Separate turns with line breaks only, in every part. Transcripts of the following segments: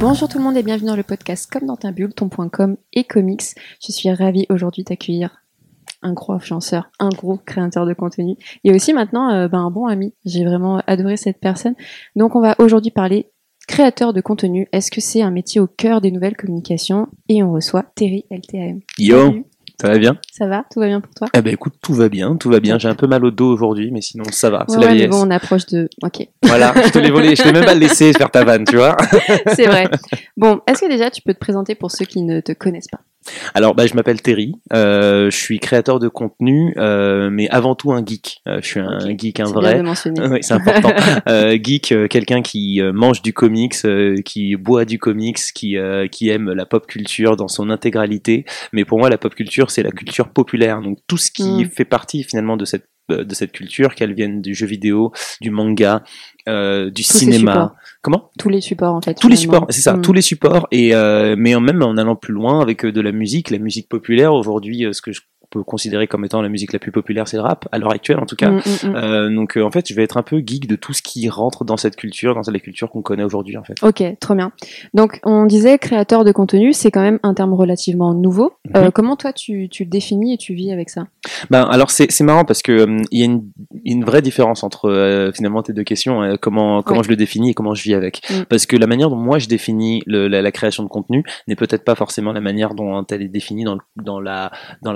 Bonjour tout le monde et bienvenue dans le podcast Comme dans ta bulle, ton.com et comics. Je suis ravie aujourd'hui d'accueillir un gros influenceur, un gros créateur de contenu et aussi maintenant un bon ami. J'ai vraiment adoré cette personne. Donc on va aujourd'hui parler créateur de contenu. Est-ce que c'est un métier au cœur des nouvelles communications? Et on reçoit Terry LTAM.
Yo,
Salut.
ça va bien?
Ça va? Tout va bien pour toi?
Eh ben écoute, tout va bien. J'ai un peu mal au dos aujourd'hui, mais sinon ça va, c'est la
mais
vieillesse.
bon, on approche de... Ok.
Voilà, je te l'ai volé, je t'ai même pas laissé faire ta vanne, tu vois.
C'est vrai. Bon, est-ce que déjà tu peux te présenter pour ceux qui ne te connaissent pas?
Alors, je m'appelle Terry, je suis créateur de contenu, mais avant tout un geek. Je suis un geek, un
c'est
vrai.
Bien de mentionner.
Oui, c'est important. Geek, quelqu'un qui mange du comics, qui boit du comics, qui aime la pop culture dans son intégralité. Mais pour moi, la pop culture, c'est la culture populaire. Donc tout ce qui fait partie finalement de cette culture, qu'elle vienne du jeu vidéo, du manga, du cinéma. Comment?
Tous les supports en fait.
Tous les supports, c'est ça, tous les supports. Et mais même en allant plus loin avec de la musique populaire aujourd'hui, ce que je peux considérer comme étant la musique la plus populaire, c'est le rap, à l'heure actuelle en tout cas. Donc en fait, je vais être un peu geek de tout ce qui rentre dans cette culture, dans la culture qu'on connaît aujourd'hui en fait.
Ok, trop bien. Donc on disait créateur de contenu, c'est quand même un terme relativement nouveau. Comment toi tu le définis et tu vis avec ça?
Alors c'est marrant parce que il y a une vraie différence entre finalement tes deux questions, comment je le définis et comment je vis avec. Parce que la manière dont moi je définis la création de contenu n'est peut-être pas forcément la manière dont elle est définie dans la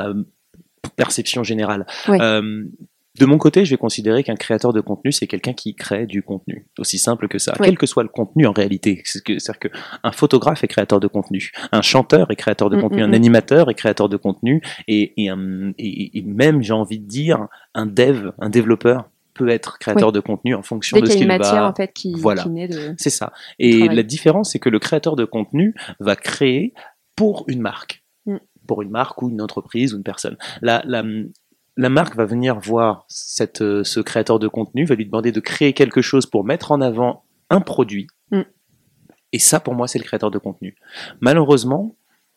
perception générale.
Ouais.
De mon côté, je vais considérer qu'un créateur de contenu, c'est quelqu'un qui crée du contenu. Aussi simple que ça. Ouais. Quel que soit le contenu en réalité. C'est-à-dire qu'un photographe est créateur de contenu. Un chanteur est créateur de contenu. Un animateur est créateur de contenu. Et même, j'ai envie de dire, un développeur peut être créateur de contenu en fonction de ce qu'il va...
Dès qu'il y a une matière en fait qui naît de...
C'est ça. Et la différence, c'est que le créateur de contenu va créer pour une marque. Pour une marque ou une entreprise ou une personne. La marque va venir voir ce créateur de contenu, va lui demander de créer quelque chose pour mettre en avant un produit. Et ça, pour moi, c'est le créateur de contenu. Malheureusement,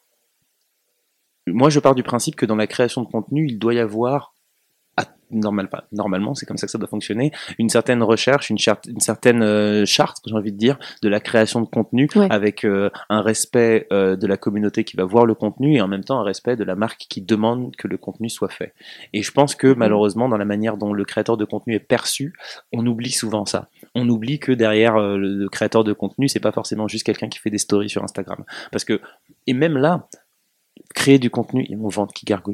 moi, je pars du principe que dans la création de contenu, il doit y avoir, normalement, c'est comme ça que ça doit fonctionner, une certaine recherche, une certaine charte, j'ai envie de dire, de la création de contenu, avec un respect de la communauté qui va voir le contenu et en même temps un respect de la marque qui demande que le contenu soit fait. Et je pense que malheureusement, dans la manière dont le créateur de contenu est perçu, on oublie souvent ça. On oublie que derrière le créateur de contenu, c'est pas forcément juste quelqu'un qui fait des stories sur Instagram. Parce que, et même là, créer du contenu, il y a mon ventre qui gargouille.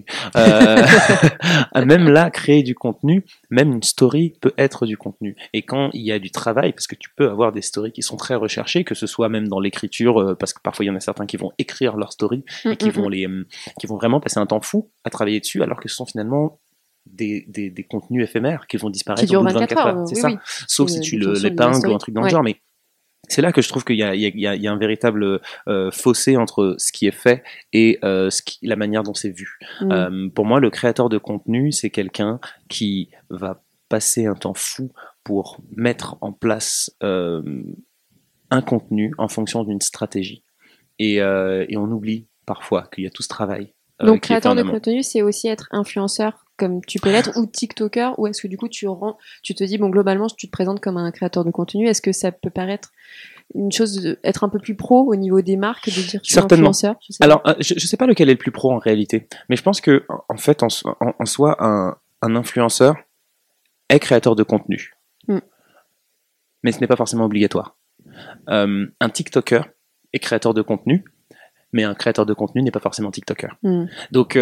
Même là, créer du contenu, même une story peut être du contenu. Et quand il y a du travail, parce que tu peux avoir des stories qui sont très recherchées, que ce soit même dans l'écriture, parce que parfois il y en a certains qui vont écrire leur story et qui vont vraiment passer un temps fou à travailler dessus, alors que ce sont finalement des contenus éphémères qui vont disparaître au bout de 24 heures. C'est ça. Sauf si tu l'épingles ou un truc dans le genre, mais c'est là que je trouve qu'il y a un véritable fossé entre ce qui est fait et la manière dont c'est vu. Pour moi, le créateur de contenu, c'est quelqu'un qui va passer un temps fou pour mettre en place un contenu en fonction d'une stratégie. Et on oublie parfois qu'il y a tout ce travail.
Donc, créateur de contenu, c'est aussi être influenceur comme tu peux l'être, ou TikToker, ou est-ce que du coup tu te dis, bon, globalement, tu te présentes comme un créateur de contenu, est-ce que ça peut paraître une chose, être un peu plus pro au niveau des marques, de dire tu es influenceur?
Alors, je sais pas lequel est le plus pro en réalité, mais je pense que, en fait, en soi, un influenceur est créateur de contenu. Mais ce n'est pas forcément obligatoire. Un TikToker est créateur de contenu, mais un créateur de contenu n'est pas forcément TikToker. Donc,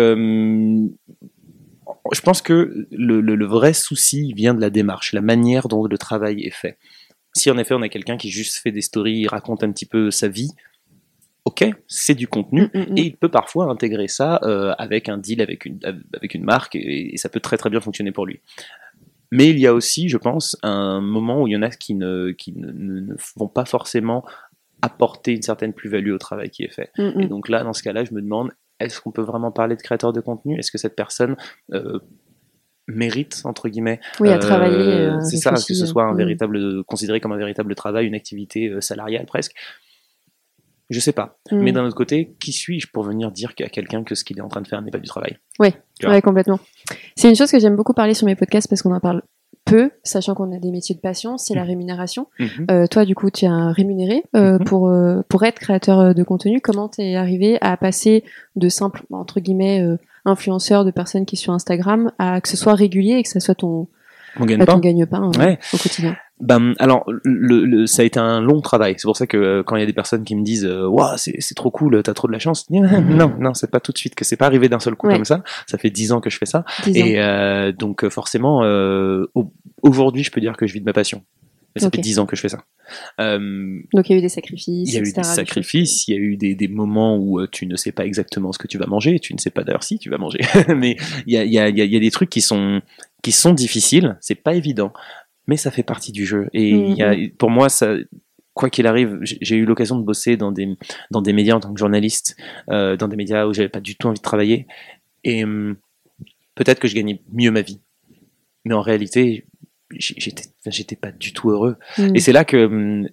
je pense que le vrai souci vient de la démarche, la manière dont le travail est fait. Si en effet on a quelqu'un qui juste fait des stories, il raconte un petit peu sa vie, ok, c'est du contenu, et il peut parfois intégrer ça avec un deal, avec une marque, et ça peut très très bien fonctionner pour lui. Mais il y a aussi, je pense, un moment où il y en a qui ne vont pas forcément apporter une certaine plus-value au travail qui est fait. Et donc là, dans ce cas-là, je me demande, est-ce qu'on peut vraiment parler de créateur de contenu? Est-ce que cette personne mérite, entre guillemets,
à travailler,
c'est ça, que ce soit considéré comme un véritable travail, une activité salariale presque? Je sais pas. Mais d'un autre côté, qui suis-je pour venir dire à quelqu'un que ce qu'il est en train de faire n'est pas du travail?
Ouais, complètement. C'est une chose que j'aime beaucoup parler sur mes podcasts parce qu'on en parle peu, sachant qu'on a des métiers de passion, c'est la rémunération.
Mhm.
Toi, du coup, tu es rémunéré pour être créateur de contenu. Comment t'es arrivé à passer de simple, entre guillemets, influenceur de personnes qui sont sur Instagram à que ce soit régulier et que ça soit ton gagne-pain
Ouais.
au quotidien?
Alors, ça a été un long travail. C'est pour ça que quand il y a des personnes qui me disent waouh, c'est trop cool, t'as trop de la chance. Non, c'est pas tout de suite, que c'est pas arrivé d'un seul coup comme ça. Ça fait 10 ans que je fais ça. Et donc forcément, aujourd'hui, je peux dire que je vis de ma passion. Mais ça fait 10 ans que je fais ça.
Donc il y a eu des sacrifices.
Il y a eu des sacrifices, il y a eu des moments où tu ne sais pas exactement ce que tu vas manger, tu ne sais pas d'ailleurs si tu vas manger, mais il y a des trucs qui sont difficiles, c'est pas évident, mais ça fait partie du jeu. Et pour moi, ça, quoi qu'il arrive, j'ai eu l'occasion de bosser dans des médias en tant que journaliste, dans des médias où j'avais pas du tout envie de travailler, et peut-être que je gagnais mieux ma vie, mais en réalité, j'étais pas du tout heureux. Et c'est là que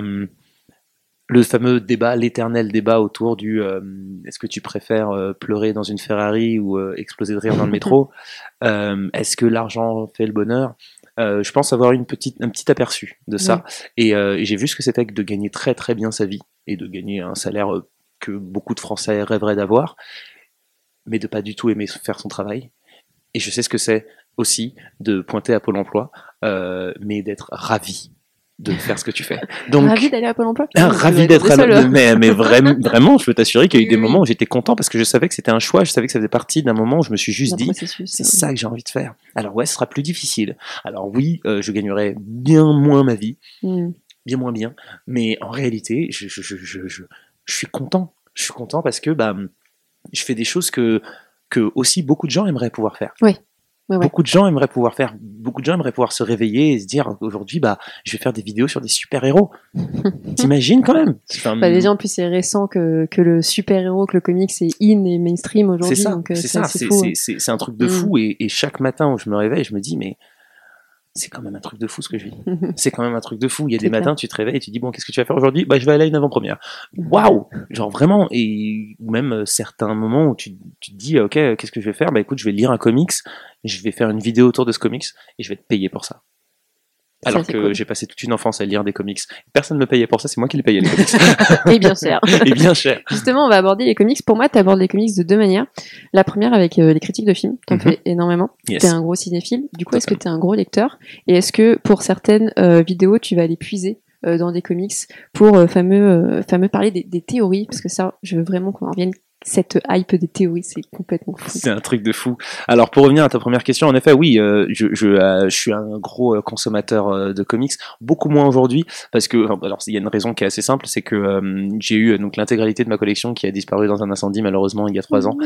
le fameux débat, l'éternel débat autour du est-ce que tu préfères pleurer dans une Ferrari ou exploser de rire dans le métro, est-ce que l'argent fait le bonheur? Je pense avoir un petit aperçu de ça, et j'ai vu ce que c'était que de gagner très très bien sa vie et de gagner un salaire que beaucoup de Français rêveraient d'avoir, mais de pas du tout aimer faire son travail. Et je sais ce que c'est aussi de pointer à Pôle emploi, mais d'être ravi de faire ce que tu fais. Donc,
ravi d'aller à Pôle emploi.
Ravi d'être mais vraiment, je peux t'assurer qu'il y a eu des moments où j'étais content parce que je savais que c'était un choix, je savais que ça faisait partie d'un moment où je me suis juste dit, c'est ça que j'ai envie de faire. Alors ouais, ce sera plus difficile. Alors oui, je gagnerai bien moins ma vie, bien moins bien, mais en réalité, je suis content. Je suis content parce que je fais des choses que aussi beaucoup de gens aimeraient pouvoir faire.
Oui.
Beaucoup de gens aimeraient pouvoir faire, beaucoup de gens aimeraient pouvoir se réveiller et se dire aujourd'hui, je vais faire des vidéos sur des super-héros. T'imagines quand même?
Déjà, en plus, c'est récent que le super-héros, que le comics, c'est in et mainstream aujourd'hui.
C'est un truc de fou, et chaque matin où je me réveille, je me dis, mais c'est quand même un truc de fou ce que je vis. C'est quand même un truc de fou. Il y a des matins, tu te réveilles et tu dis, bon, qu'est-ce que tu vas faire aujourd'hui? Je vais aller à une avant-première. Waouh! Genre vraiment, et même certains moments où tu te dis, ok, qu'est-ce que je vais faire? Écoute, je vais lire un comics, je vais faire une vidéo autour de ce comics et je vais te payer pour ça. Alors que j'ai passé toute une enfance à lire des comics. Personne ne me payait pour ça, c'est moi qui les payais, les comics.
Et bien cher.
Et bien cher.
Justement, on va aborder les comics. Pour moi, tu abordes les comics de deux manières. La première avec les critiques de films. T'en fais énormément.
Yes.
T'es un gros cinéphile. Du coup, est-ce que t'es un gros lecteur? Et est-ce que pour certaines vidéos, tu vas les puiser dans des comics pour fameux parler des théories? Parce que ça, je veux vraiment qu'on en revienne. Cette hype des théories, c'est complètement fou.
C'est un truc de fou. Alors pour revenir à ta première question, en effet, oui, je suis un gros consommateur de comics, beaucoup moins aujourd'hui, parce que alors il y a une raison qui est assez simple, c'est que j'ai eu donc l'intégralité de ma collection qui a disparu dans un incendie malheureusement il y a 3 ans.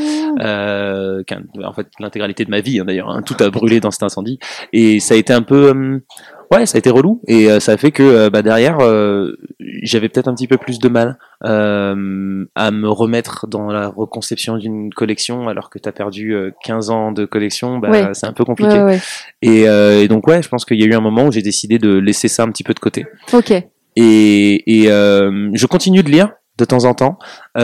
En fait, l'intégralité de ma vie d'ailleurs, tout a brûlé dans cet incendie, et ça a été un peu ouais, ça a été relou, et ça a fait que derrière j'avais peut-être un petit peu plus de mal à me remettre dans la reconception d'une collection alors que t'as perdu 15 ans de collection, c'est un peu compliqué. Et donc ouais, je pense qu'il y a eu un moment où j'ai décidé de laisser ça un petit peu de côté.
Ok.
Et je continue de lire de temps en temps,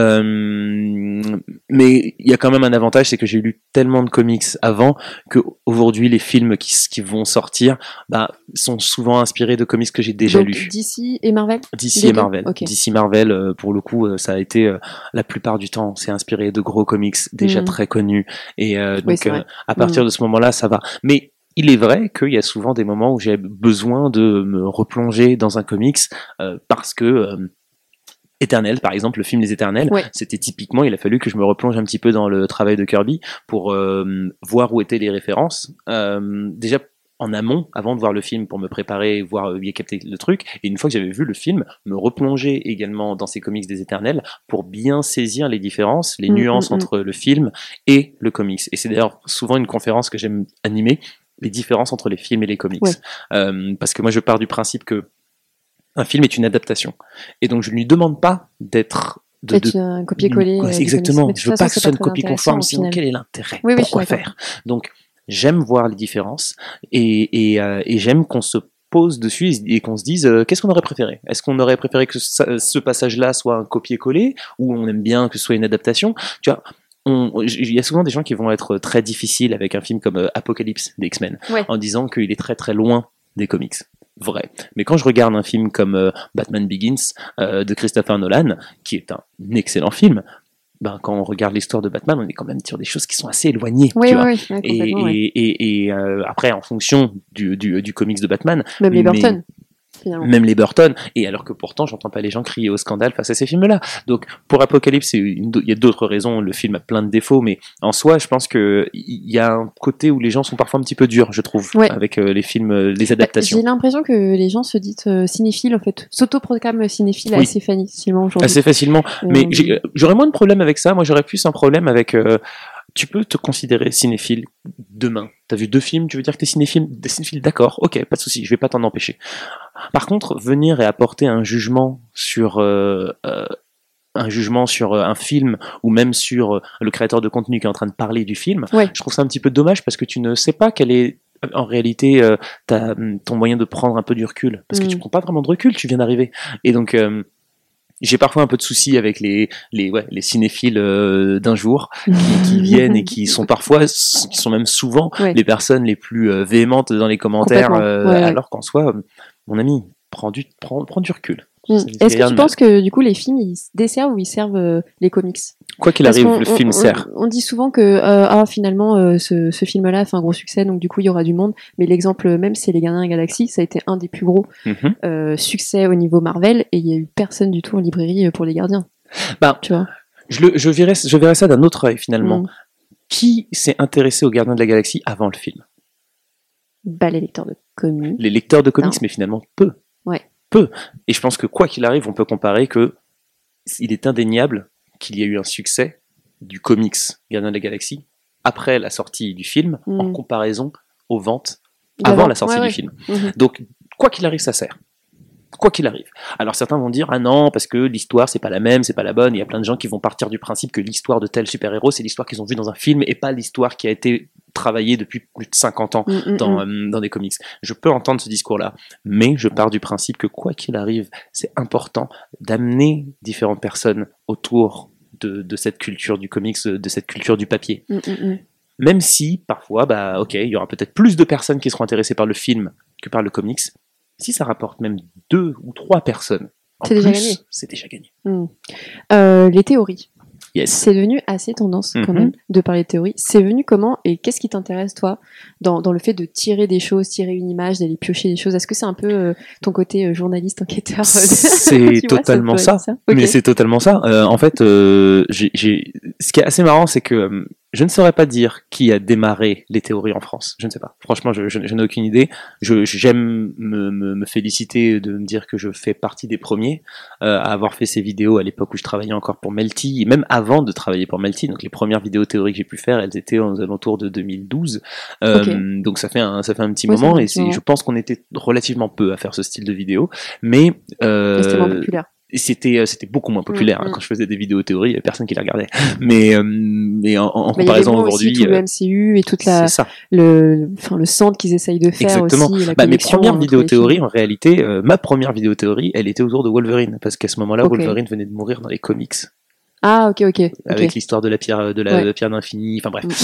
mais il y a quand même un avantage, c'est que j'ai lu tellement de comics avant que aujourd'hui les films qui vont sortir sont souvent inspirés de comics que j'ai déjà lus.
DC et Marvel.
DC et Marvel. Okay. DC Marvel, pour le coup, ça a été la plupart du temps, c'est inspiré de gros comics déjà très connus, et donc à partir de ce moment-là, ça va. Mais il est vrai qu'il y a souvent des moments où j'ai besoin de me replonger dans un comics parce que Éternel, par exemple, le film Les Éternels, c'était typiquement, il a fallu que je me replonge un petit peu dans le travail de Kirby pour voir où étaient les références. Déjà en amont, avant de voir le film, pour me préparer, voir bien capter le truc, et une fois que j'avais vu le film, me replonger également dans ces comics des Éternels pour bien saisir les différences, les nuances entre le film et le comics. Et c'est d'ailleurs souvent une conférence que j'aime animer, les différences entre les films et les comics. Parce que moi je pars du principe que un film est une adaptation. Et donc, je ne lui demande pas d'être
un copier-coller.
Exactement. Je veux pas que ce soit une copie conforme, sinon quel est l'intérêt? Pourquoi faire? Donc, j'aime voir les différences et j'aime qu'on se pose dessus et qu'on se dise qu'est-ce qu'on aurait préféré? Est-ce qu'on aurait préféré que ce passage-là soit un copier-coller ou on aime bien que ce soit une adaptation? Tu vois, il y a souvent des gens qui vont être très difficiles avec un film comme Apocalypse des X-Men, en disant qu'il est très très loin des comics. Vrai. Mais quand je regarde un film comme Batman Begins de Christopher Nolan, qui est un excellent film, quand on regarde l'histoire de Batman, on est quand même sur des choses qui sont assez éloignées. Tu vois. Et après, en fonction du comics de Batman,
même les Burton.
Même les Burton, et alors que pourtant j'entends pas les gens crier au scandale face à ces films-là. Donc pour Apocalypse, il y a d'autres raisons, le film a plein de défauts, mais en soi je pense qu'il y a un côté où les gens sont parfois un petit peu durs, je trouve, avec les films, les adaptations.
J'ai l'impression que les gens se disent cinéphiles, en fait, s'autoproclament cinéphiles assez facilement aujourd'hui.
Assez facilement, mais j'aurais moins de problème avec ça, moi j'aurais plus un problème avec... Tu peux te considérer cinéphile demain. T'as vu 2 films, tu veux dire que t'es cinéphile, d'accord, ok, pas de souci, je vais pas t'en empêcher. Par contre, venir et apporter un jugement sur un film ou même sur le créateur de contenu qui est en train de parler du film, je trouve ça un petit peu dommage parce que tu ne sais pas quel est en réalité ton moyen de prendre un peu du recul, parce que tu prends pas vraiment de recul, tu viens d'arriver, et donc j'ai parfois un peu de soucis avec les cinéphiles d'un jour qui viennent et qui sont même souvent les personnes les plus véhémentes dans les commentaires, alors qu'en soi, mon ami, prends du recul.
Est-ce que tu penses que du coup les films ils desservent ou ils servent les comics?
Quoi qu'il arrive, le film sert.
On dit souvent que finalement ce film-là a fait un gros succès, donc du coup il y aura du monde. Mais l'exemple même, c'est Les Gardiens de la Galaxie, ça a été un des plus gros succès au niveau Marvel, et il y a eu personne du tout en librairie pour Les Gardiens. Tu vois.
Je verrais ça d'un autre œil finalement. Qui s'est intéressé aux Gardiens de la Galaxie avant le film?
Les lecteurs de comics.
Les lecteurs de comics, mais finalement peu. Peu. Et je pense que quoi qu'il arrive, on peut comparer que il est indéniable qu'il y a eu un succès du comics Gardiens de la Galaxie après la sortie du film en comparaison aux ventes avant la sortie du film. Donc, quoi qu'il arrive, ça sert. Quoi qu'il arrive. Alors certains vont dire, ah non, parce que l'histoire c'est pas la même, c'est pas la bonne. Il y a plein de gens qui vont partir du principe que l'histoire de tel super-héros, c'est l'histoire qu'ils ont vue dans un film et pas l'histoire qui a été travaillée depuis plus de 50 ans dans des comics. Je peux entendre ce discours-là, mais je pars du principe que quoi qu'il arrive, c'est important d'amener différentes personnes autour de cette culture du comics, de cette culture du papier. Même si, parfois, il y aura peut-être plus de personnes qui seront intéressées par le film que par le comics. Si ça rapporte même 2 ou 3 personnes en plus, c'est déjà gagné.
Les théories.
Yes.
C'est devenu assez tendance quand même de parler de théories. C'est venu comment et qu'est-ce qui t'intéresse toi dans le fait de tirer des choses, tirer une image, d'aller piocher des choses? Est-ce que c'est un peu ton côté journaliste enquêteur?
C'est totalement ça. Mais c'est totalement ça. En fait, ce qui est assez marrant, c'est que je ne saurais pas dire qui a démarré les théories en France. Je ne sais pas. Franchement, je n'ai aucune idée. J'aime me féliciter de me dire que je fais partie des premiers à avoir fait ces vidéos à l'époque où je travaillais encore pour Melty, et même avant de travailler pour Melty. Donc les premières vidéos théoriques que j'ai pu faire, elles étaient aux alentours de 2012. Donc ça fait un petit moment, et je pense qu'on était relativement peu à faire ce style de vidéo, mais
c'était moins populaire.
C'était beaucoup moins populaire. Quand je faisais des vidéos théories, il y avait personne qui les regardait. Mais en comparaison aujourd'hui,
tout le MCU et toute le centre qu'ils essayent de faire.
Exactement.
Aussi,
mes premières vidéos théories, en réalité, ma première vidéo théorie, elle était autour de Wolverine, parce qu'à ce moment-là, Wolverine venait de mourir dans les comics.
Ah, ok.
Avec l'histoire de la pierre d'infini. Enfin bref.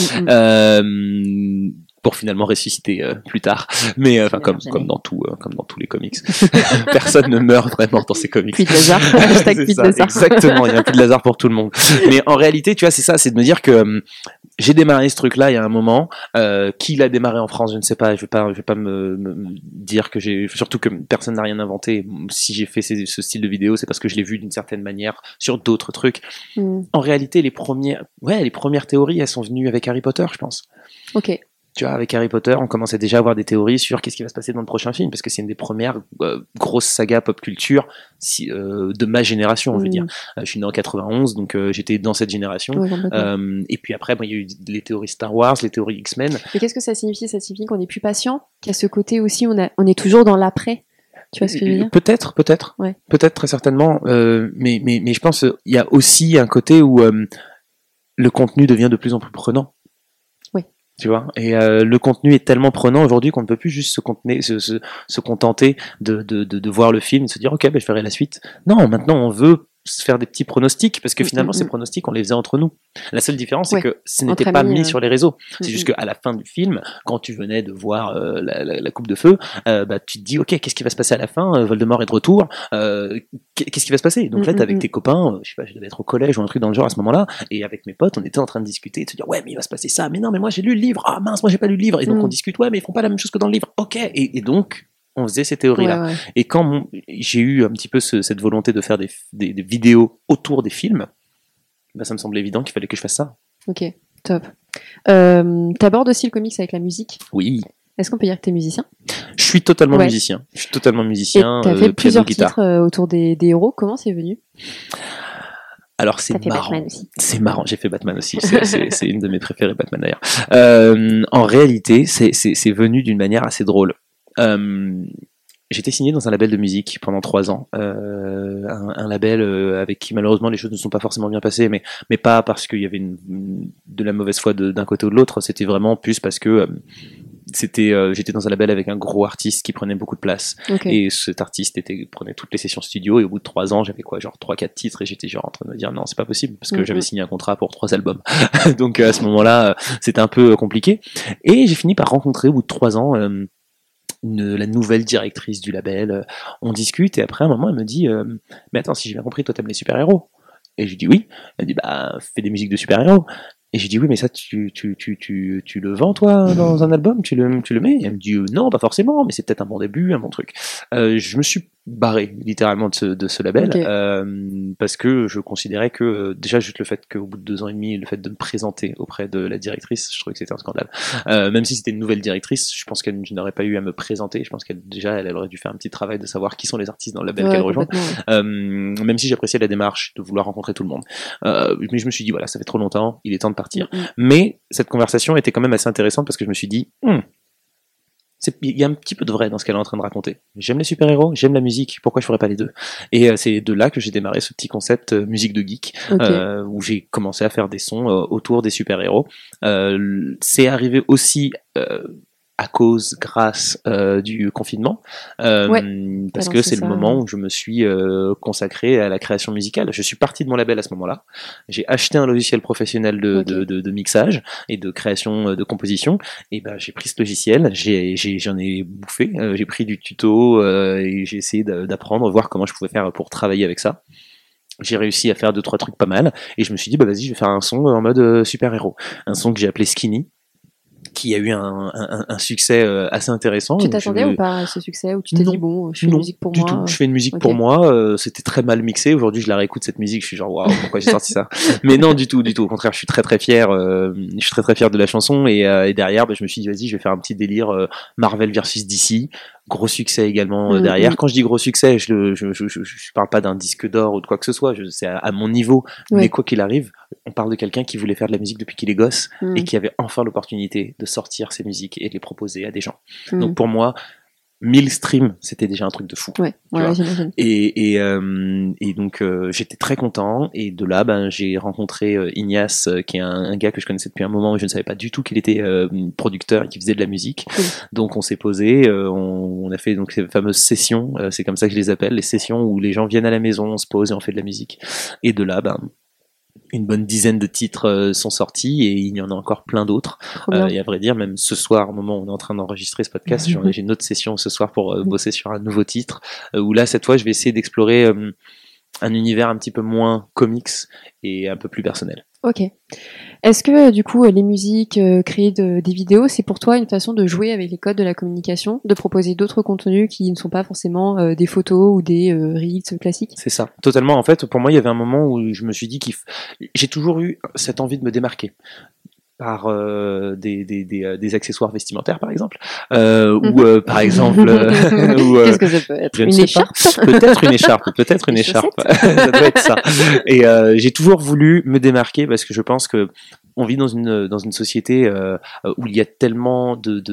Pour finalement ressusciter plus tard, mais comme dans tous les comics, personne ne meurt vraiment dans ces comics.
Puis de Lazare.
Exactement, il y a un peu de Lazare pour tout le monde. Mais en réalité, tu vois, c'est ça, c'est de me dire que j'ai démarré ce truc-là il y a un moment. Qui l'a démarré en France, je ne sais pas. Je vais pas me dire que surtout que personne n'a rien inventé. Si j'ai fait ce style de vidéo, c'est parce que je l'ai vu d'une certaine manière sur d'autres trucs. En réalité, les premières théories, elles sont venues avec Harry Potter, je pense.
Ok.
Tu vois, avec Harry Potter, on commençait déjà à avoir des théories sur qu'est-ce qui va se passer dans le prochain film, parce que c'est une des premières grosses sagas pop culture de ma génération, on veut dire. Je suis né en 91, donc j'étais dans cette génération. Et puis après, il y a eu les théories Star Wars, les théories X-Men.
Mais qu'est-ce que ça signifie? Ça signifie qu'on est plus patient, qu'il y a ce côté aussi, on est toujours dans l'après. Tu vois ce que je veux dire?
Peut-être, très certainement. Mais je pense qu'il y a aussi un côté où le contenu devient de plus en plus prenant. Tu vois, et le contenu est tellement prenant aujourd'hui qu'on ne peut plus juste se contenter de voir le film et se dire ok, je ferai la suite. Non, maintenant on veut faire des petits pronostics, parce que finalement, ces pronostics, on les faisait entre nous. La seule différence, c'est que ce n'était pas mis sur les réseaux. C'est juste qu'à la fin du film, quand tu venais de voir la coupe de feu, tu te dis, ok, qu'est-ce qui va se passer à la fin? Voldemort est de retour. Qu'est-ce qui va se passer? Donc là, t'es avec tes copains, je sais pas, je devais être au collège ou un truc dans le genre à ce moment-là, et avec mes potes, on était en train de discuter, de se dire, ouais, mais il va se passer ça, mais non, mais moi j'ai lu le livre, ah mince, moi j'ai pas lu le livre, et donc on discute, ouais, mais ils font pas la même chose que dans le livre, ok, et donc, on faisait ces théories-là. Et quand j'ai eu un petit peu cette volonté de faire des vidéos autour des films, ça me semblait évident qu'il fallait que je fasse ça.
Ok, top. T'abordes aussi le comics avec la musique.
Oui.
Est-ce qu'on peut dire que t'es musicien?
Je suis totalement musicien. Je suis totalement musicien.
Et t'as fait plusieurs titres autour des héros. Comment c'est venu?
Alors c'est marrant. C'est marrant. J'ai fait Batman aussi. C'est une de mes préférées, Batman d'ailleurs. En réalité, c'est venu d'une manière assez drôle. J'étais signé dans un label de musique pendant 3 ans, un label avec qui malheureusement les choses ne sont pas forcément bien passées, mais pas parce qu'il y avait de la mauvaise foi d'un côté ou de l'autre, c'était vraiment plus parce que j'étais dans un label avec un gros artiste qui prenait beaucoup de place, et cet artiste prenait toutes les sessions studio, et au bout de 3 ans j'avais genre 3-4 titres, et j'étais genre en train de me dire non, c'est pas possible, parce que j'avais signé un contrat pour 3 albums. Donc à ce moment-là c'était un peu compliqué, et j'ai fini par rencontrer au bout de 3 ans la nouvelle directrice du label. On discute, et après à un moment elle me dit mais attends, si j'ai bien compris, toi t'aimes les super-héros? Et je lui dis oui. Elle me dit fais des musiques de super-héros. Et j'ai dit oui, mais ça tu le vends toi dans un album, tu le mets? Et elle me dit non, pas forcément, mais c'est peut-être un bon début, un bon truc. Je me suis barré littéralement de ce label, parce que je considérais que déjà juste le fait qu'au bout de 2 ans et demi, le fait de me présenter auprès de la directrice, je trouvais que c'était un scandale. Même si c'était une nouvelle directrice, je pense qu'elle n'aurait pas eu à me présenter. Je pense qu'elle aurait dû faire un petit travail de savoir qui sont les artistes dans le label qu'elle rejoint. Même si j'appréciais la démarche de vouloir rencontrer tout le monde, mais je me suis dit voilà, ça fait trop longtemps, il est temps de partir. Mais cette conversation était quand même assez intéressante, parce que je me suis dit il y a un petit peu de vrai dans ce qu'elle est en train de raconter. J'aime les super-héros, j'aime la musique, pourquoi je ferais pas les deux? Et c'est de là que j'ai démarré ce petit concept musique de geek, où j'ai commencé à faire des sons autour des super-héros. C'est arrivé aussi grâce du confinement, parce que c'est le moment où je me suis consacré à la création musicale. Je suis parti de mon label à ce moment-là, j'ai acheté un logiciel professionnel de mixage et de création de composition, et j'ai pris ce logiciel, j'en ai bouffé, j'ai pris du tuto, et j'ai essayé d'apprendre, voir comment je pouvais faire pour travailler avec ça. J'ai réussi à faire 2-3 trucs pas mal, et je me suis dit vas-y, je vais faire un son en mode super-héros, un son que j'ai appelé Skinny, qui a eu un succès assez intéressant.
Tu t'attendais ou pas à ce succès, ou tu t'es dit bon, je fais une musique pour moi?
Non, du tout. Je fais une musique pour moi. C'était très mal mixé. Aujourd'hui, je la réécoute cette musique, je suis genre waouh, pourquoi j'ai sorti ça? Mais non, du tout. Au contraire, je suis très très fier. Je suis très très fier de la chanson, et derrière, je me suis dit vas-y, je vais faire un petit délire Marvel versus DC. Gros succès également derrière. Quand je dis gros succès, je parle pas d'un disque d'or ou de quoi que ce soit. C'est à mon niveau. Mais quoi qu'il arrive, on parle de quelqu'un qui voulait faire de la musique depuis qu'il est gosse, et qui avait enfin l'opportunité de sortir ses musiques et de les proposer à des gens. Donc pour moi, 1000 streams, c'était déjà un truc de fou.
J'imagine.
Et donc j'étais très content, et de là j'ai rencontré Ignace, qui est un gars que je connaissais depuis un moment, et je ne savais pas du tout qu'il était producteur et qu'il faisait de la musique. Donc on s'est posé, on a fait donc ces fameuses sessions, c'est comme ça que je les appelle, les sessions où les gens viennent à la maison, on se pose et on fait de la musique. Et de là une bonne dizaine de titres sont sortis, et il y en a encore plein d'autres. Et à vrai dire, même ce soir, au moment où on est en train d'enregistrer ce podcast, j'ai une autre session ce soir pour bosser sur un nouveau titre, où là, cette fois, je vais essayer d'explorer un univers un petit peu moins comics et un peu plus personnel.
Ok. Est-ce que du coup les musiques, créer des vidéos, c'est pour toi une façon de jouer avec les codes de la communication, de proposer d'autres contenus qui ne sont pas forcément des photos ou des reels classiques? C'est
ça, totalement. En fait, pour moi, il y avait un moment où je me suis dit j'ai toujours eu cette envie de me démarquer par des accessoires vestimentaires, par exemple, ou par exemple
qu'est-ce que ça peut être? Une écharpe?
Peut-être une écharpe, ça doit être ça. Et j'ai toujours voulu me démarquer, parce que je pense que on vit dans une société où il y a tellement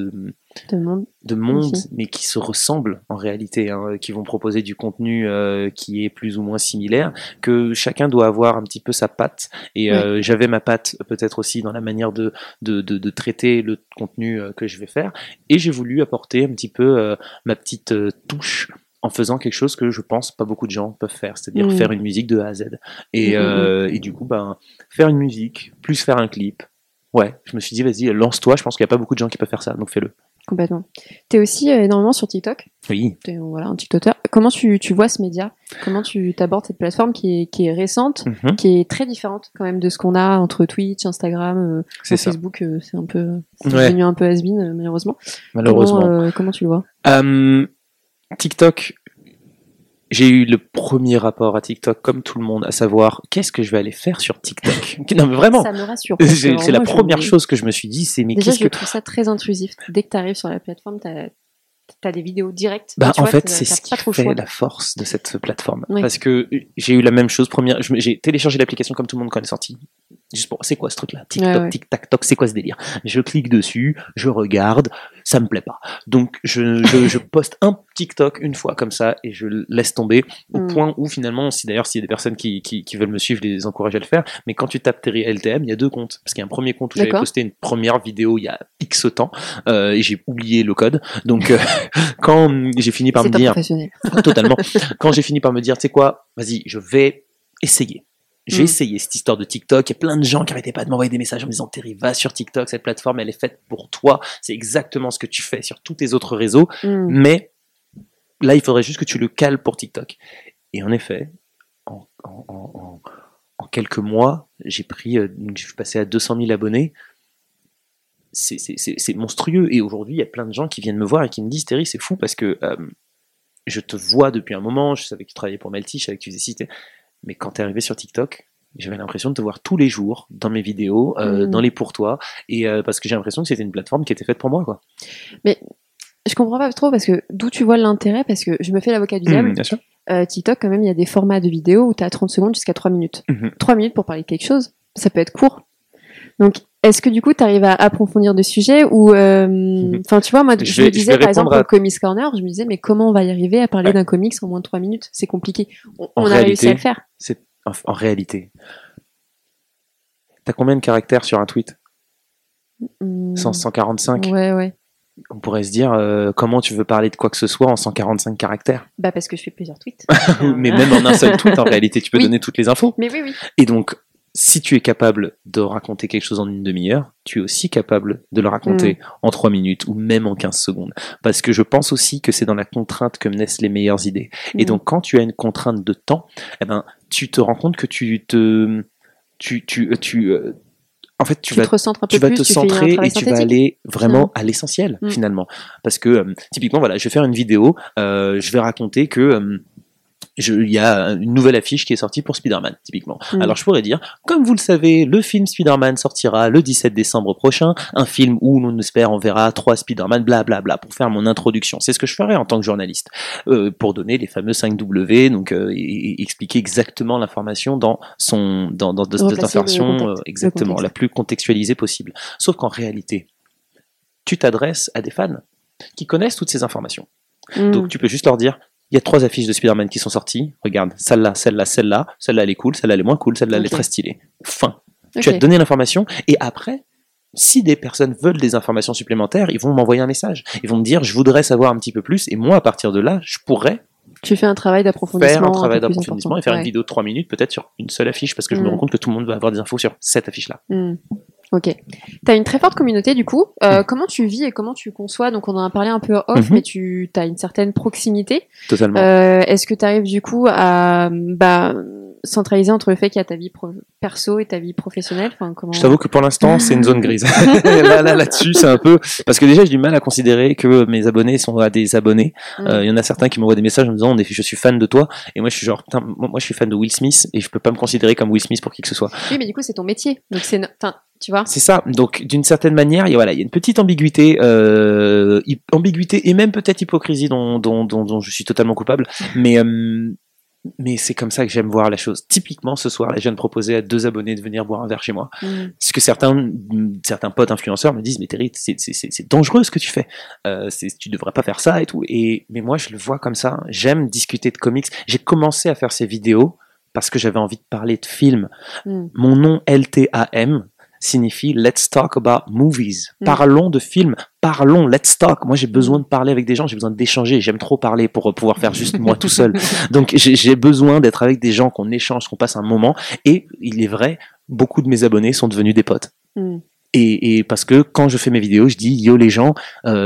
de monde, mais qui se ressemblent en réalité, qui vont proposer du contenu qui est plus ou moins similaire, que chacun doit avoir un petit peu sa patte. Et j'avais ma patte peut-être aussi dans la manière de traiter le contenu que je vais faire, et j'ai voulu apporter un petit peu ma petite touche en faisant quelque chose que je pense pas beaucoup de gens peuvent faire, c'est-à-dire faire une musique de A à Z. Et du coup, faire une musique, plus faire un clip. Ouais, je me suis dit, vas-y, lance-toi. Je pense qu'il n'y a pas beaucoup de gens qui peuvent faire ça, donc fais-le.
Complètement. T'es aussi énormément sur TikTok.
Oui.
T'es un TikToker. Comment tu vois ce média? Comment tu t'abordes cette plateforme qui est récente, qui est très différente quand même de ce qu'on a entre Twitch, Instagram, Facebook. C'est un peu, devenu un peu has-been, malheureusement.
Malheureusement.
Comment tu le vois?
TikTok. J'ai eu le premier rapport à TikTok comme tout le monde, à savoir qu'est-ce que je vais aller faire sur TikTok. Non mais vraiment.
Ça me rassure.
C'est la première chose que je me suis dit, c'est mais
déjà
qu'est-ce
je trouve ça très intrusif. Dès que tu arrives sur la plateforme, t'as des vidéos directes.
En fait, c'est ce qui fait la force de cette plateforme.
Oui.
Parce que j'ai eu la même chose. J'ai téléchargé l'application comme tout le monde quand elle est sortie. Juste pour, c'est quoi ce truc-là? TikTok, tic-tac-toc, c'est quoi ce délire? Je clique dessus, je regarde, ça me plaît pas. Donc, je poste un TikTok une fois comme ça et je laisse tomber au point où finalement, d'ailleurs, s'il y a des personnes qui veulent me suivre, je les encourage à le faire. Mais quand tu tapes Terry LTM, il y a 2 comptes. Parce qu'il y a un premier compte où j'avais posté une première vidéo il y a X temps, et j'ai oublié le code. Donc, quand j'ai fini par me dire, totalement, quand j'ai fini par me dire, tu sais quoi, vas-y, je vais essayer. J'ai essayé cette histoire de TikTok. Il y a plein de gens qui arrêtaient pas de m'envoyer des messages en me disant, Terry, va sur TikTok, cette plateforme, elle est faite pour toi. C'est exactement ce que tu fais sur tous tes autres réseaux. Mais là, il faudrait juste que tu le cales pour TikTok. Et en effet, en quelques mois, je suis passé à 200 000 abonnés. C'est monstrueux. Et aujourd'hui, il y a plein de gens qui viennent me voir et qui me disent, Terry, c'est fou parce que je te vois depuis un moment. Je savais que tu travaillais pour Melty, je savais que tu faisais citer. Mais quand t'es arrivé sur TikTok, j'avais l'impression de te voir tous les jours dans mes vidéos, dans les pour toi, et parce que j'ai l'impression que c'était une plateforme qui était faite pour moi, quoi.
Mais je comprends pas trop parce que d'où tu vois l'intérêt, parce que je me fais l'avocat du diable.
Bien sûr.
TikTok, quand même, il y a des formats de vidéos où t'as 30 secondes jusqu'à 3 minutes. 3 minutes pour parler de quelque chose, ça peut être court. Donc, est-ce que du coup, tu arrives à approfondir des sujets ou, enfin, tu vois, moi, je me disais, par exemple, au Comics Corner, je me disais, mais comment on va y arriver à parler d'un comics en moins de 3 minutes? C'est compliqué. On a réussi à le faire.
En réalité, t'as combien de caractères sur un tweet? 145.
Ouais.
On pourrait se dire, comment tu veux parler de quoi que ce soit en 145 caractères?
Bah, parce que je fais plusieurs tweets.
Mais même en un seul tweet, en réalité, tu peux donner toutes les infos.
Mais oui.
Et donc, si tu es capable de raconter quelque chose en une demi-heure, tu es aussi capable de le raconter en 3 minutes ou même en 15 secondes. Parce que je pense aussi que c'est dans la contrainte que naissent les meilleures idées. Et donc, quand tu as une contrainte de temps, eh ben, tu te rends compte que en fait, tu vas te centrer et tu vas aller vraiment à l'essentiel, finalement. Parce que, typiquement, voilà, je vais faire une vidéo, je vais raconter que il y a une nouvelle affiche qui est sortie pour Spider-Man, typiquement. Alors je pourrais dire, comme vous le savez, le film Spider-Man sortira le 17 décembre prochain, un film où on espère on verra 3 Spider-Man, blablabla, pour faire mon introduction. C'est ce que je ferais en tant que journaliste, pour donner les fameux 5W, donc et expliquer exactement l'information dans cette information exactement la plus contextualisée possible. Sauf qu'en réalité, tu t'adresses à des fans qui connaissent toutes ces informations. Donc tu peux juste leur dire, il y a 3 affiches de Spider-Man qui sont sorties. Regarde, celle-là, celle-là elle est cool, celle-là elle est moins cool, celle-là elle est très stylée. Fin. Tu as donné l'information et après, si des personnes veulent des informations supplémentaires, ils vont m'envoyer un message. Ils vont me dire, je voudrais savoir un petit peu plus et moi, à partir de là, je pourrais
tu fais un travail d'approfondissement.
Faire un travail d'approfondissement et faire une vidéo de 3 minutes peut-être sur une seule affiche parce que je me rends compte que tout le monde va avoir des infos sur cette affiche-là.
Ok. Tu as une très forte communauté du coup. Comment tu vis et comment tu conçois? Donc on en a parlé un peu off, mais tu as une certaine proximité.
Totalement.
Est-ce que tu arrives du coup à centraliser entre le fait qu'il y a ta vie perso et ta vie professionnelle? Comment...
Je t'avoue que pour l'instant c'est une zone grise. Là-dessus c'est un peu parce que déjà j'ai du mal à considérer que mes abonnés sont des abonnés. Il y en a certains qui m'envoient des messages en me disant je suis fan de toi et moi je suis genre putain, moi je suis fan de Will Smith et je peux pas me considérer comme Will Smith pour qui que ce soit.
Oui mais du coup c'est ton métier donc c'est tu vois.
C'est ça. Donc, d'une certaine manière, il y a une petite ambiguïté, ambiguïté et même peut-être hypocrisie dont je suis totalement coupable. Mais c'est comme ça que j'aime voir la chose. Typiquement, ce soir, je viens de proposer à 2 abonnés de venir boire un verre chez moi. Parce que certains potes influenceurs me disent, mais Terry, c'est dangereux ce que tu fais. Tu devrais pas faire ça et tout. Mais moi, je le vois comme ça. J'aime discuter de comics. J'ai commencé à faire ces vidéos parce que j'avais envie de parler de films. Mon nom LTAM, signifie let's talk about movies. Parlons de films, parlons, let's talk. Moi, j'ai besoin de parler avec des gens, j'ai besoin d'échanger. J'aime trop parler pour pouvoir faire juste moi tout seul. Donc, j'ai besoin d'être avec des gens, qu'on échange, qu'on passe un moment. Et il est vrai, beaucoup de mes abonnés sont devenus des potes. Et parce que quand je fais mes vidéos, je dis yo les gens,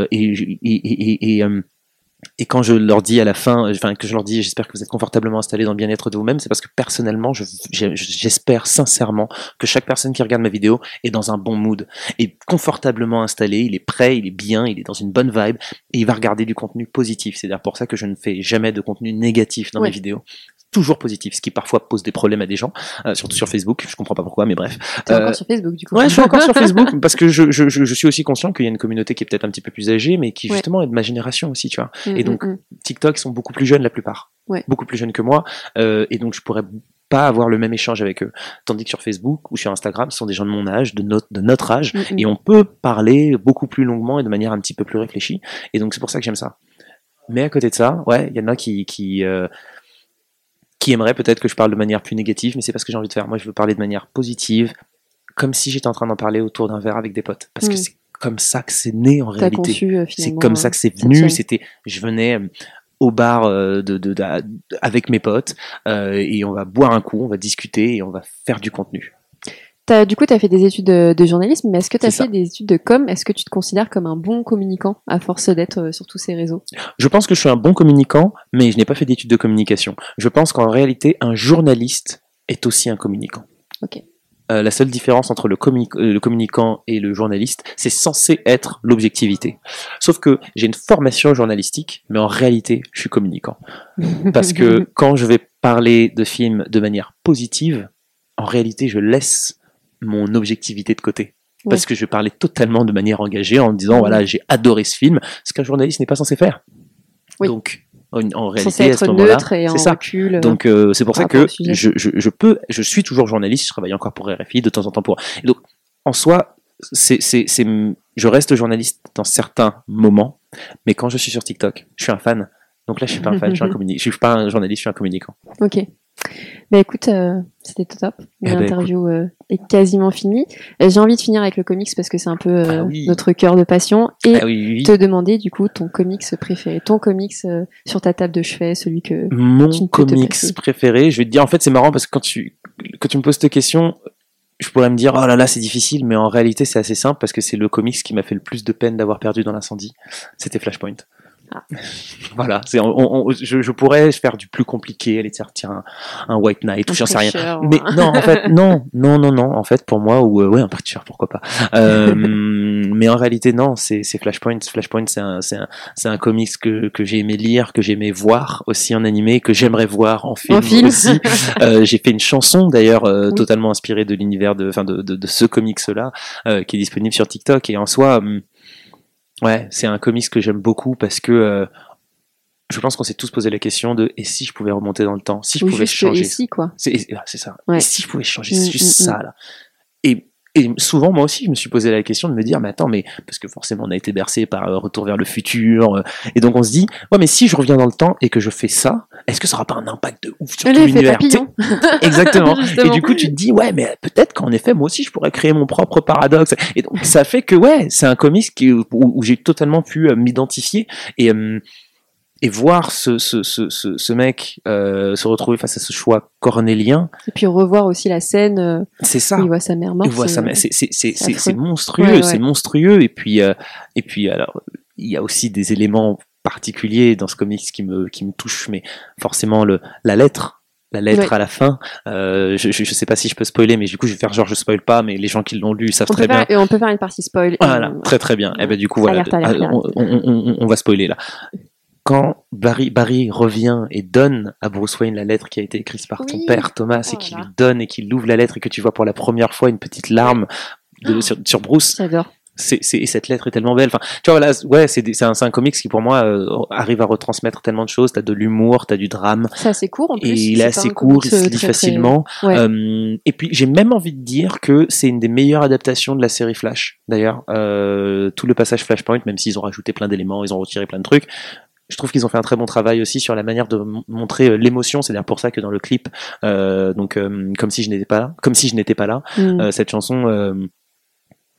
et quand je leur dis à la fin, enfin que je leur dis j'espère que vous êtes confortablement installés dans le bien-être de vous-même, c'est parce que personnellement j'espère sincèrement que chaque personne qui regarde ma vidéo est dans un bon mood, est confortablement installé, il est prêt, il est bien, il est dans une bonne vibe et il va regarder du contenu positif. C'est d'ailleurs pour ça que je ne fais jamais de contenu négatif dans mes vidéos. Toujours positif, ce qui parfois pose des problèmes à des gens, surtout sur Facebook. Je comprends pas pourquoi, mais bref.
T'es encore sur Facebook, du coup.
Ouais, je suis encore sur Facebook parce que je suis aussi conscient qu'il y a une communauté qui est peut-être un petit peu plus âgée, mais qui justement est de ma génération aussi, tu vois. Et donc TikTok, ils sont beaucoup plus jeunes la plupart, beaucoup plus jeunes que moi, et donc je pourrais pas avoir le même échange avec eux. Tandis que sur Facebook ou sur Instagram, ce sont des gens de mon âge, de notre âge, et on peut parler beaucoup plus longuement et de manière un petit peu plus réfléchie. Et donc c'est pour ça que j'aime ça. Mais à côté de ça, il y en a qui aimerait peut-être que je parle de manière plus négative, mais c'est pas ce que j'ai envie de faire. Moi, je veux parler de manière positive, comme si j'étais en train d'en parler autour d'un verre avec des potes. Parce que c'est comme ça que c'est né en réalité. C'est comme ça que c'est venu. Je venais au bar avec mes potes, et on va boire un coup, on va discuter et on va faire du contenu.
Du coup, tu as fait des études de journalisme, mais est-ce que tu as fait des études de com? Est-ce que tu te considères comme un bon communicant à force d'être sur tous ces réseaux?
Je pense que je suis un bon communicant, mais je n'ai pas fait d'études de communication. Je pense qu'en réalité, un journaliste est aussi un communicant.
Ok.
La seule différence entre le communicant et le journaliste, c'est censé être l'objectivité. Sauf que j'ai une formation journalistique, mais en réalité, je suis communicant. Parce que quand je vais parler de films de manière positive, en réalité, je laisse mon objectivité de côté. Parce que je parlais totalement de manière engagée en disant voilà, j'ai adoré ce film, ce qu'un journaliste n'est pas censé faire. Donc en réalité, à ce moment-là, c'est ça. Recul, donc c'est pour ça que je suis toujours journaliste, je travaille encore pour RFI de temps en temps pour. Et donc en soi, je reste journaliste dans certains moments, mais quand je suis sur TikTok, je suis un fan. Donc là, je suis pas un fan, je suis pas un journaliste, je suis un communicant.
Ok. Bah écoute, c'était top. L'interview est quasiment finie. J'ai envie de finir avec le comics parce que c'est un peu notre cœur de passion et te demander du coup ton comics préféré, ton comics sur ta table de chevet, celui que
mon comics préféré. Je vais te dire, en fait, c'est marrant parce que quand tu me poses cette question, je pourrais me dire oh là là c'est difficile, mais en réalité c'est assez simple parce que c'est le comics qui m'a fait le plus de peine d'avoir perdu dans l'incendie. C'était Flashpoint. Voilà, je pourrais faire du plus compliqué, aller tiens un White Knight ou j'en sais rien. Mais non, en fait non. En fait pour moi un Preacher pourquoi pas. Mais en réalité non, c'est Flashpoint. Flashpoint c'est un comics que j'ai aimé lire, que j'ai aimé voir aussi en animé, que j'aimerais voir en film aussi. J'ai fait une chanson d'ailleurs totalement inspirée de l'univers de ce comics là qui est disponible sur TikTok et en soi. Ouais, c'est un comics que j'aime beaucoup parce que je pense qu'on s'est tous posé la question de et si je pouvais remonter dans le temps, si je pouvais changer. C'est ça. Ouais. Et si je pouvais changer, c'est juste ça là. Et souvent, moi aussi, je me suis posé la question de me dire, mais attends, parce que forcément, on a été bercé par Retour vers le futur, et donc on se dit, ouais, mais si je reviens dans le temps et que je fais ça, est-ce que ça aura pas un impact de ouf sur tout l'univers? Exactement. Et du coup, tu te dis, ouais, mais peut-être qu'en effet, moi aussi, je pourrais créer mon propre paradoxe. Et donc, ça fait que, c'est un comics où j'ai totalement pu m'identifier et voir ce mec se retrouver face à ce choix cornélien.
Et puis revoir aussi la scène
c'est ça.
Où il voit sa mère morte.
Il voit sa mère. C'est monstrueux, c'est monstrueux. Et puis alors, il y a aussi des éléments particuliers dans ce comics qui me touchent, mais forcément la lettre à la fin. Je sais pas si je peux spoiler, mais du coup je vais faire genre je spoil pas, mais les gens qui l'ont lu savent très bien.
Et on peut faire une partie spoil.
Voilà, très bien. Et ben du coup voilà, on va spoiler là. Quand Barry revient et donne à Bruce Wayne la lettre qui a été écrite par ton père Thomas et qu'il lui donne et qu'il ouvre la lettre et que tu vois pour la première fois une petite larme sur Bruce.
J'adore.
Et cette lettre est tellement belle. Enfin, tu vois, voilà, c'est un comics qui pour moi arrive à retransmettre tellement de choses. T'as de l'humour, t'as du drame.
C'est assez court en plus.
Et il est assez court, il se lit facilement. Et puis j'ai même envie de dire que c'est une des meilleures adaptations de la série Flash. D'ailleurs, tout le passage Flashpoint, même s'ils ont rajouté plein d'éléments, ils ont retiré plein de trucs. Je trouve qu'ils ont fait un très bon travail aussi sur la manière de montrer l'émotion. C'est d'ailleurs pour ça que dans le clip, comme si je n'étais pas là, cette chanson,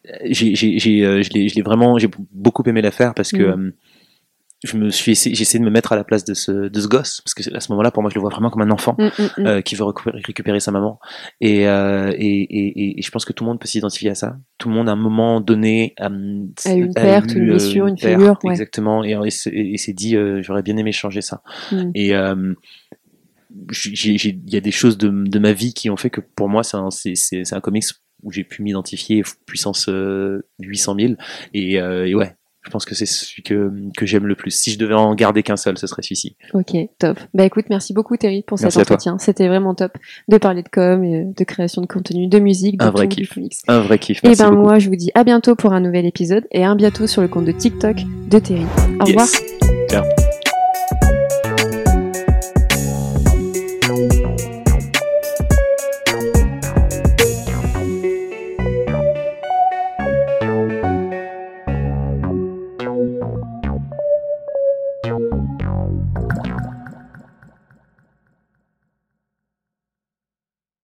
j'ai beaucoup aimé l'affaire parce que j'ai essayé de me mettre à la place de ce gosse, parce que à ce moment-là, pour moi, je le vois vraiment comme un enfant qui veut récupérer sa maman. Et je pense que tout le monde peut s'identifier à ça. Tout le monde, à un moment donné,
a eu une perte, une blessure, une figure. Ouais.
Exactement. Et s'est dit, j'aurais bien aimé changer ça. Et il y a des choses de ma vie qui ont fait que pour moi, c'est un comics où j'ai pu m'identifier puissance 800 000. Et ouais. Je pense que c'est celui que j'aime le plus. Si je devais en garder qu'un seul, ce serait celui-ci.
Ok, top. Bah écoute, merci beaucoup Terry pour cet entretien. C'était vraiment top de parler de com, de création de contenu, de musique, de
un vrai kiff. Un vrai kiff. Merci beaucoup.
Moi, je vous dis à bientôt pour un nouvel épisode et à bientôt sur le compte de TikTok de Terry. Au revoir.
Ciao.